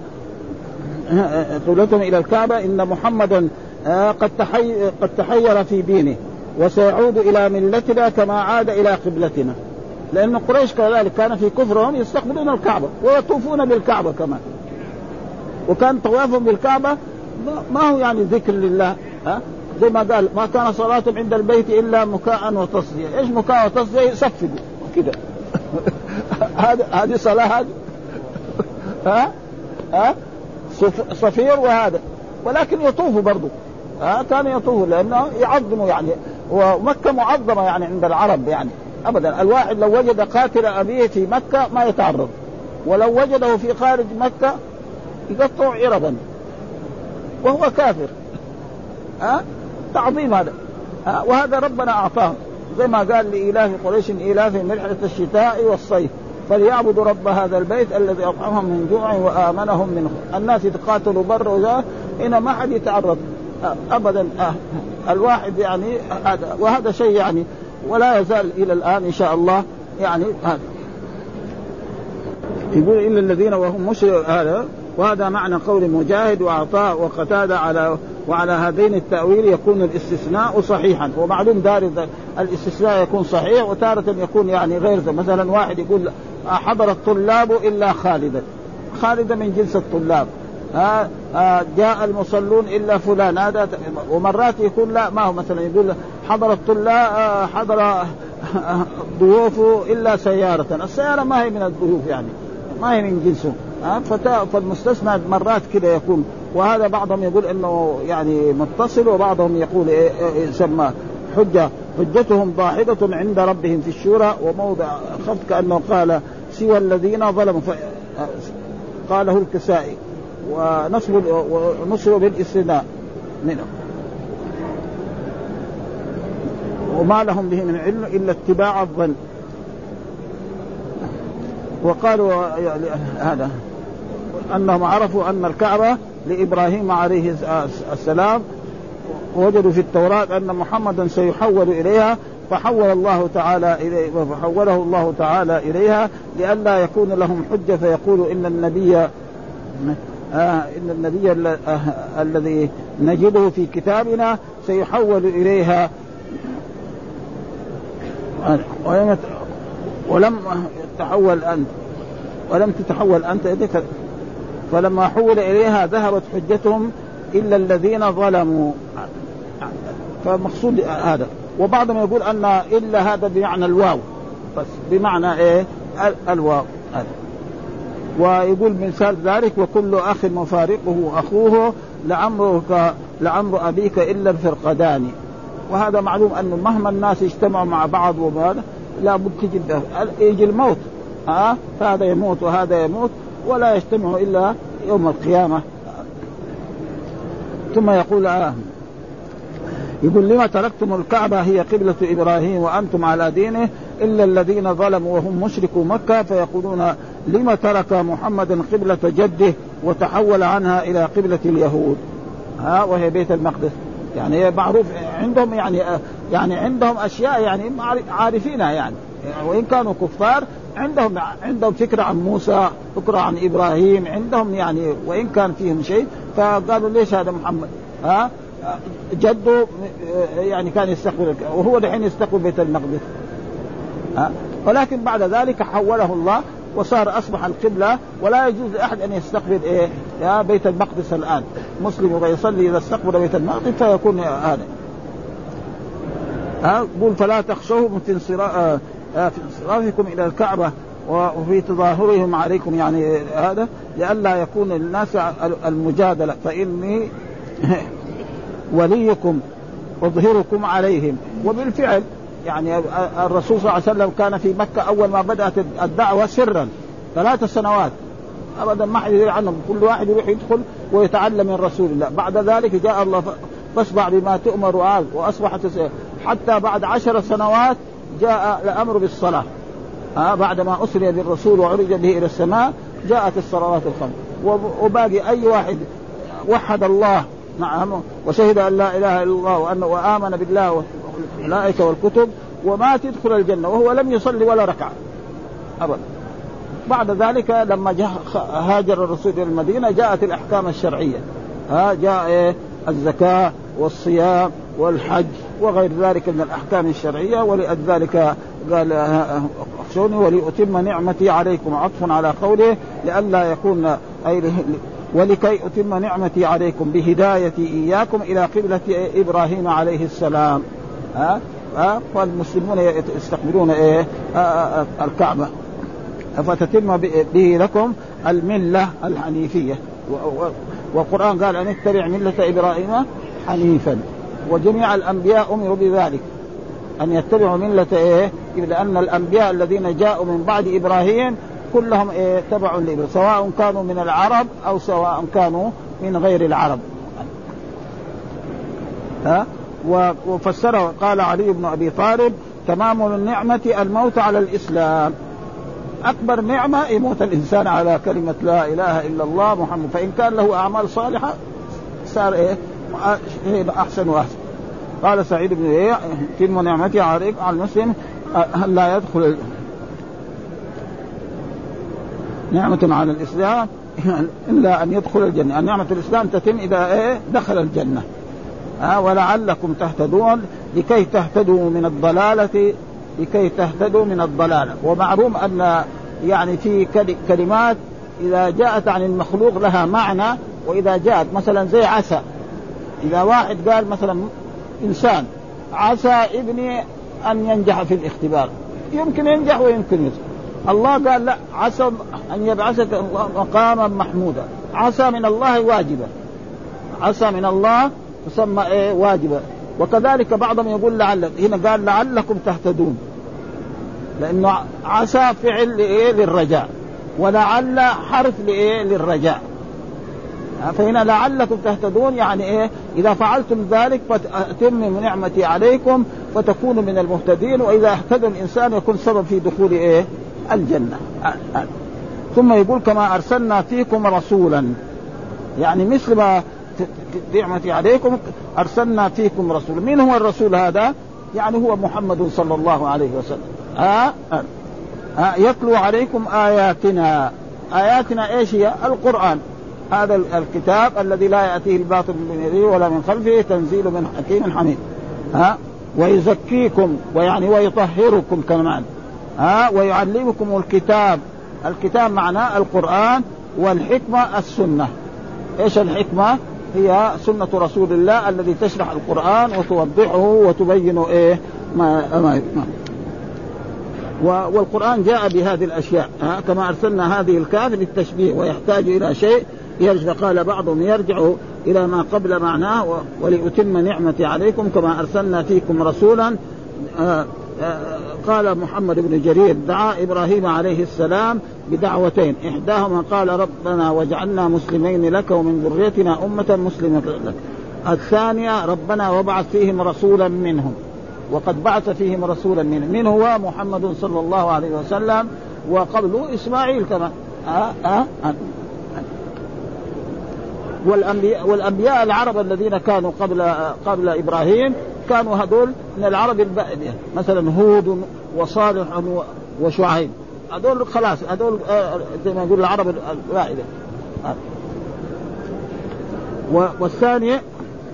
قبلتهم إلى الكعبة إن محمدا قد تحي قد تحير في دينه. وسيعود إلى ملتنا كما عاد إلى قبلتنا، لأن قريش كذلك كان في كفرهم يستقبلون الكعبة ويطوفون بالكعبة كمان، وكان طوافهم بالكعبة ما هو يعني ذكر لله، ها زي ما قال ما كان صلاتهم عند البيت إلا مكاء وتصدية. إيش مكاء وتصدية؟ يصفقوا كده هذا هذه صلاة ها ها صفير وهذا، ولكن يطوفوا برضو، ها كانوا يطوفوا لأنه يعظموا يعني، ومكة معظمة يعني عند العرب يعني أبدا. الواحد لو وجد قاتل أبيه في مكة ما يتعرض، ولو وجده في خارج مكة يقطع عرضا وهو كافر، ها تعظيم هذا، ها وهذا ربنا أعطاه زي ما قال لإله قريش إلافهم رحلة الشتاء والصيف فليعبدوا رب هذا البيت الذي أطعمهم من جوع وآمنهم من خوف. الناس يتقاتلوا برا وذا هنا ما حد يتعرض أبدا. أه الواحد يعني هذا، وهذا شيء يعني ولا يزال إلى الآن إن شاء الله يعني. هذا يقول إلا الذين وهم مشرك، هذا وهذا معنى قول مجاهد وعطاء وقتادة على وعلى هذين التأويل يكون الاستثناء صحيحا. ومعلوم دار الاستثناء يكون صحيح وتارة يكون يعني غير ذا. مثلا واحد يقول حضر الطلاب إلا خالدا، خالدا من جنس الطلاب، ها جاء المصلون إلا فلان، هذا. ومرات يكون لا ما هو، مثلا يقول حضر الطلاب حضر ضيوف إلا سيارة، السيارة ما هي من الضيوف يعني ما هي من جنسه، فالمستثنى مرات كده يكون. وهذا بعضهم يقول انه يعني متصل، وبعضهم يقول يسمى حجة حجتهم ضاحكة عند ربهم في الشورى وموضع خفت كأنه قال سوى الذين ظلموا، قاله الكسائي ونصب ونصب بالاستثناء منه وما لهم به من علم إلا اتباع الظن. وقالوا هذا أنهم عرفوا أن الكعبة لإبراهيم عليه السلام، وجدوا في التوراة أن محمدا سيحول إليها فحول الله تعالى إليه فحوله الله تعالى إليها لئلا يكون لهم حجة فيقولوا إن النبي آه إن النبي آه الذي نجده في كتابنا سيحول إليها ولم تحول أنت ولم تتحول أنت إذك، فلما حول إليها ذهبت حجتهم إلا الذين ظلموا. فمقصود هذا. وبعضهم يقول أن إلا هذا بمعنى الواو بس، بمعنى إيه الواو هذا. ويقول مثال ذلك وكل أخ مفارقه أخوه لعمرك لعمر أبيك إلا الفرقدان. وهذا معلوم أنه مهما الناس يجتمعوا مع بعض وهذا لا بد يجي الموت، ها فهذا يموت وهذا يموت ولا يجتمع إلا يوم القيامة. ثم يقول آه يقول لما تركتم الكعبة هي قبلة إبراهيم وأنتم على دينه إلا الذين ظلموا وهم مشركوا مكة فيقولون لما ترك محمدا قبلة جده وتحول عنها إلى قبلة اليهود، ها وهي بيت المقدس. يعني معروف عندهم يعني يعني عندهم أشياء يعني عارفينها يعني، وإن كانوا كفار عندهم عندهم فكرة عن موسى، فكرة عن إبراهيم عندهم يعني، وإن كان فيهم شيء فقالوا ليش هذا محمد ها جده يعني كان يستقبل وهو الحين يستقبل بيت المقدس، ها ولكن بعد ذلك حوله الله وصار أصبح القبلة ولا يجوز لأحد أن يستقبل إيه يا بيت المقدس. الآن مسلم ويصلي إذا استقبل بيت المقدس فيكون هذا. ها قول فلا تخشوهم في انصرافكم إلى الكعبة وفي تظاهرهم عليكم، يعني هذا لئلا يكون الناس المجادلة فإني وليكم أظهركم عليهم. وبالفعل يعني الرسول صلى الله عليه وسلم كان في مكة أول ما بدأت الدعوة سرا ثلاث سنوات أبدا ما حد يدري عنهم، كل واحد يروح يدخل ويتعلم من رسول الله. بعد ذلك جاء الله فاصبع بما تؤمر وعاد وأصبحت حتى بعد عشر سنوات جاء الأمر بالصلاة، آه بعد ما أسري بالرسول وعرج به إلى السماء جاءت الصلوات الخمس. وباقي أي واحد وحد الله نعم وشهد أن لا إله إلا الله وأنه وآمن بالله والملائكة والكتب وما تدخل الجنة وهو لم يصلي ولا ركعة أبدا. بعد ذلك لما جاء هاجر الرسول إلى المدينة جاءت الأحكام الشرعية، ها جاء إيه الزكاة والصيام والحج وغير ذلك من الأحكام الشرعية. ولذلك قال اخشوني ولأتم نعمتي عليكم، عطف على قوله لئلا يكون أي ولكي أتم نعمتي عليكم بهدايتي إياكم إلى قبلة إبراهيم عليه السلام. ها ها فالمسلمون يستقبلون إيه الكعبة، فتتم به لكم الملة الحنيفية. والقرآن قال أن اتبع ملة إبراهيم حنيفا، وجميع الأنبياء أمروا بذلك أن يتبعوا ملة إيه، لأن الأنبياء الذين جاءوا من بعد إبراهيم كلهم إيه تبعوا لإبراهيم، سواء كانوا من العرب أو سواء كانوا من غير العرب. ها وفسره قال علي بن أبي طالب تمام النعمة الموت على الإسلام، أكبر نعمة يموت الإنسان على كلمة لا إله إلا الله محمد، فإن كان له أعمال صالحة صار إيه أحسن وأحسن. قال سعيد بن إيه تم نعمتي عليك على المسلم لا يدخل نعمة على الإسلام إلا أن يدخل الجنة. نعمة الإسلام تتم إذا إيه دخل الجنة. ها ولعلكم تهتدون لكي تهتدوا من الضلالة لكي تهتدوا من الضلالة. ومعلوم أن يعني في كلمات إذا جاءت عن المخلوق لها معنى، وإذا جاءت مثلا زي عسى، إذا واحد قال مثلا إنسان عسى ابني أن ينجح في الاختبار، يمكن ينجح ويمكن يسقط. الله قال لا، عسى أن يبعثك مقاما محمودا، عسى من الله واجبة، عسى من الله تسمى إيه واجبة. وكذلك بعضهم يقول لعل، هنا قال لعلكم تهتدون، لأنه عسى فعل لإيه للرجاء، ولعل حرف لإيه للرجاء. فهنا لعلكم تهتدون يعني إيه إذا فعلتم ذلك فتتم نعمتي عليكم فتكونوا من المهتدين، وإذا اهتدى الإنسان يكون سبب في دخول إيه الجنة. ثم يقول كما أرسلنا فيكم رسولا، يعني مثل ما نعمتي عليكم أرسلنا فيكم رسولا. من هو الرسول هذا؟ يعني هو محمد صلى الله عليه وسلم. آه آه آه يتلو عليكم آياتنا. آياتنا إيش هي؟ القرآن، هذا الكتاب الذي لا يأتيه الباطل من يديه ولا من خلفه، تنزيل من حكيم حميد. ها ويزكيكم ويعني ويطهركم كمان. ها ويعلمكم الكتاب. الكتاب معناه القرآن، والحكمة السنة. ايش الحكمة؟ هي سنة رسول الله الذي تشرح القرآن وتوضحه وتبين ايه ما, ما, ما. والقرآن جاء بهذه الأشياء. ها كما أرسلنا هذه الكاف للتشبيه ويحتاج إلى شيء يرجع. قال بعضهم يرجع إلى ما قبل معناه ولأتم نعمتي عليكم كما أرسلنا فيكم رسولا. آآ آآ قال محمد بن جرير دعا إبراهيم عليه السلام بدعوتين، إحداهما قال ربنا واجعلنا مسلمين لك ومن ذريتنا أمة مسلمة لك. الثانية ربنا وابعث فيهم رسولا منهم، وقد بعث فيهم رسولا منهم. من هو؟ محمد صلى الله عليه وسلم، وقبله إسماعيل كمان. آآ آآ والأنبياء, والأنبياء العرب الذين كانوا قبل قبل إبراهيم كانوا هذول من العرب البائدة، مثلا هود وصالح وشعيب، هذول خلاص هذول زي ما نقول العرب البائدة. والثانية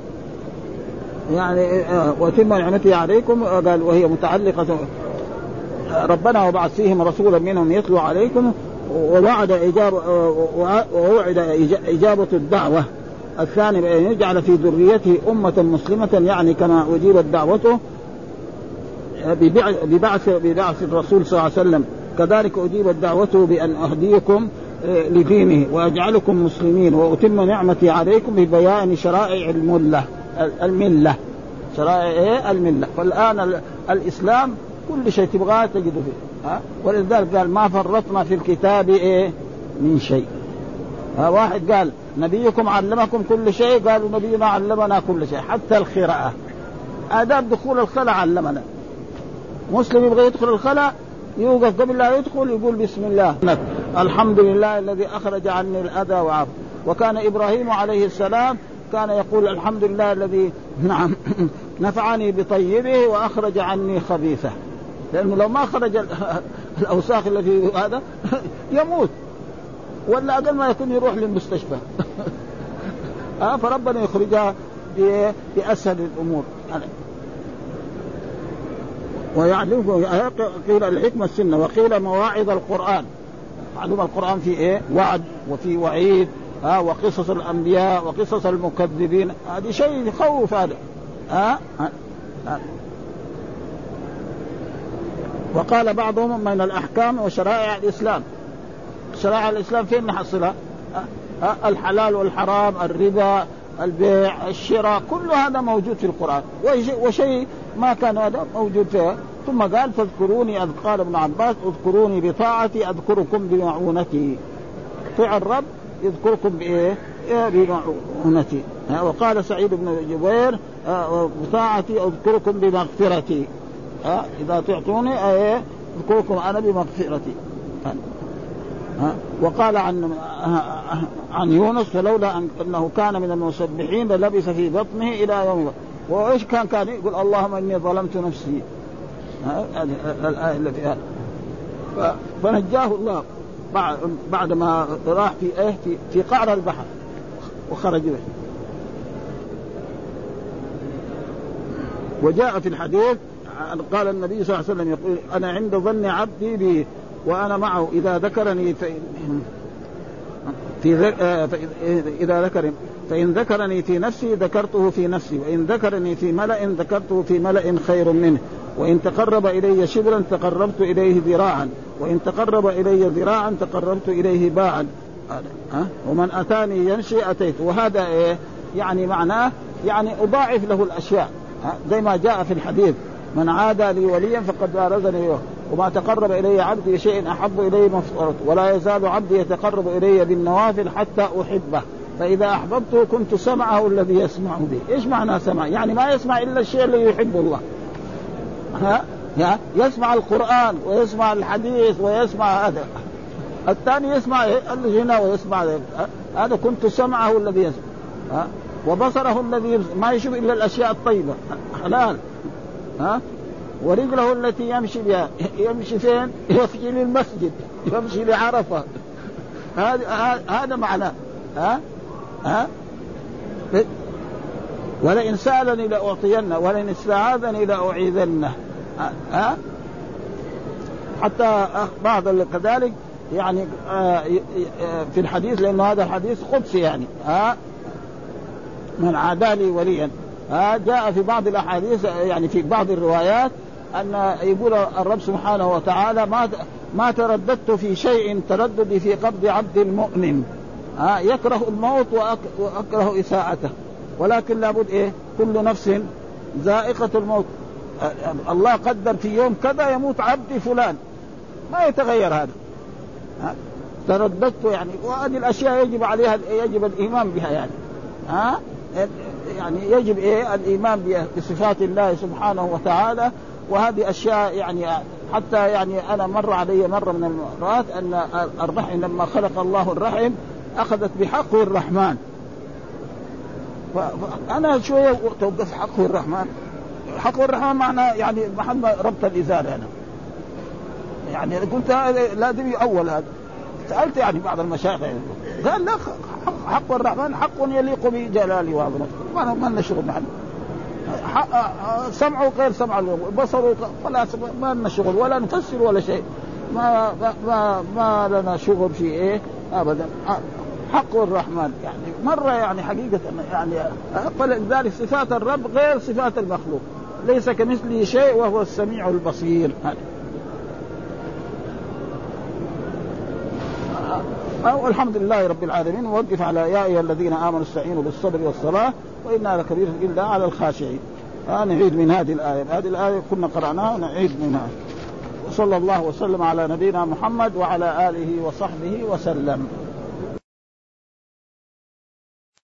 يعني وتم نعمتي عليكم قال وهي متعلقة ربنا وبعث فيهم رسولا منهم يتلو عليكم، ووعد إجابة ووعد إجابة الدعوة. الثاني بأن يجعل في ذريته أمة مسلمة، يعني كما أجيبت دعوته ببعث ببعث الرسول صلى الله عليه وسلم، كذلك أجيبت دعوته بأن أهديكم لدينه وأجعلكم مسلمين وأتم نعمتي عليكم ببيان شرائع الملة الملة شرائع الملة. فالآن الإسلام كل شيء تبغاه تجده فيه. ها ولذلك قال ما فرطنا في الكتاب إيه من شيء. ها واحد قال نبيكم علمكم كل شيء، قالوا نبينا علمنا كل شيء حتى القراءة. آداب دخول الخلاء علمنا. مسلم يبغى يدخل الخلاء يوقف قبل لا يدخل يقول بسم الله الحمد لله الذي أخرج عني الأذى وعافى. وكان إبراهيم عليه السلام كان يقول الحمد لله الذي نعم نفعني بطيبه وأخرج عني خبيثه، لأنه لو ما خرج الأوساخ التي هذا يموت، ولا أقل ما يكون يروح للمستشفى. آه فربنا يخرجها بأسهل الأمور. ويعلمكم قيل الحكمة السنة وقيل مواعظ القرآن. معلوم القرآن في إيه؟ وعد وفي وعيد، ها، وقصص الأنبياء وقصص المكذبين، هذا شيء يخوف هذا. ها ها ها. وقال بعضهم من الأحكام وشرائع الإسلام. شرائع الإسلام فين نحصلها؟ الحلال والحرام، الربا، البيع، الشراء، كل هذا موجود في القرآن، وشيء ما كان هذا موجود فيه. ثم قال فاذكروني، أذ قال ابن عباس اذكروني بطاعتي أذكركم بمعونتي. طيع الرب يذكركم بإيه؟ بمعونتي. وقال سعيد بن جبير بطاعتي أذكركم بمغفرتي. إذا تعطوني أذكركم أنا بمغفرتي. وقال عن عن يونس فلولا أنه كان من المسبحين للبث في بطنه إلى يوم. وإيش كان كان يقول اللهم إني ظلمت نفسي. هذه الآية التي هذا فنجاه الله بعد ما راح في إيه في في قعر البحر وخرج به. وجاء في الحديث قال النبي صلى الله عليه وسلم يقول أنا عند ظن عبدي بي وأنا معه إذا ذكرني في في إذا ذكرني فإن ذكرني في نفسي ذكرته في نفسي وإن ذكرني في ملأ ذكرته في ملأ خير منه وإن تقرب إلي شبرا تقربت إليه ذراعا وإن تقرب إلي ذراعا تقربت إليه باعا. ها ومن أتاني يمشي أتيت. وهذا إيه يعني معناه يعني أضاعف له الأشياء زي ما جاء في الحديث من عادى لي وليا فقد بارزني وما تقرب إلي عبدي بشيء أحب إلي ما افترضت ولا يزال عبدي يتقرب إلي بالنوافل حتى أحبه فإذا أحببته كنت سمعه الذي يسمع به. إيش معنى سمع؟ يعني ما يسمع إلا الشيء اللي يحب الله. ها يسمع القرآن ويسمع الحديث ويسمع هذا. الثاني يسمع الغنى ويسمع هذا كنت سمعه الذي يسمع. ها وبصره الذي ما يشوف إلا الأشياء الطيبة حلال. ها ورجله التي يمشي بها يمشي فين؟ يمشي للمسجد يمشي لعرفة. هذا هذا معناه. ها ها ولئن سألني لأعطينه ولئن استعاذني لأعيذنه. ها حتى بعض كذلك يعني في الحديث لأنه هذا الحديث قدسي يعني ها من عادى لي وليا. ها جاء في بعض الأحاديث يعني في بعض الروايات أن يقول الرب سبحانه وتعالى ما ما ترددت في شيء ترددي في قبض عبد المؤمن. ها يكره الموت وأكره إساءته ولكن لابد إيه كل نفس ذائقة الموت. الله قدر في يوم كذا يموت عبد فلان ما يتغير هذا. ها ترددت يعني وهذه الأشياء يجب عليها يجب الإيمان بها يعني. ها يعني يجب إيه الإيمان بصفات الله سبحانه وتعالى. وهذه أشياء يعني حتى يعني أنا مر علي مرة من المرات أن الرحم لما خلق الله الرحم أخذت بحقه الرحمن. فأنا شوية توقف حقه الرحمن. حقه الرحمن معناه يعني محل ربط الإزار أنا يعني قلت لازم أول هذا سألت يعني بعض المشايخ قال لا حق الرحمن حق يليق بجلاله وعظمته ما ما نشغل معه. سمعه غير سمع بصره ولا ما لنا شغل ولا نفسر ولا شيء ما ما ما لنا شغل في إيه أبدا. حق الرحمن يعني مرة يعني حقيقة يعني فلذلك صفات الرب غير صفات المخلوق ليس كمثله شيء وهو السميع البصير. والحمد لله رب العالمين. ووقف على يا أيها الذين آمنوا استعينوا بالصبر والصلاة وإنها لكبيرة إلا على الخاشعين. نعيد من هذه الآية. هذه الآية كنا قرأناها نعيد منها. وصلى الله وسلم على نبينا محمد وعلى آله وصحبه وسلم.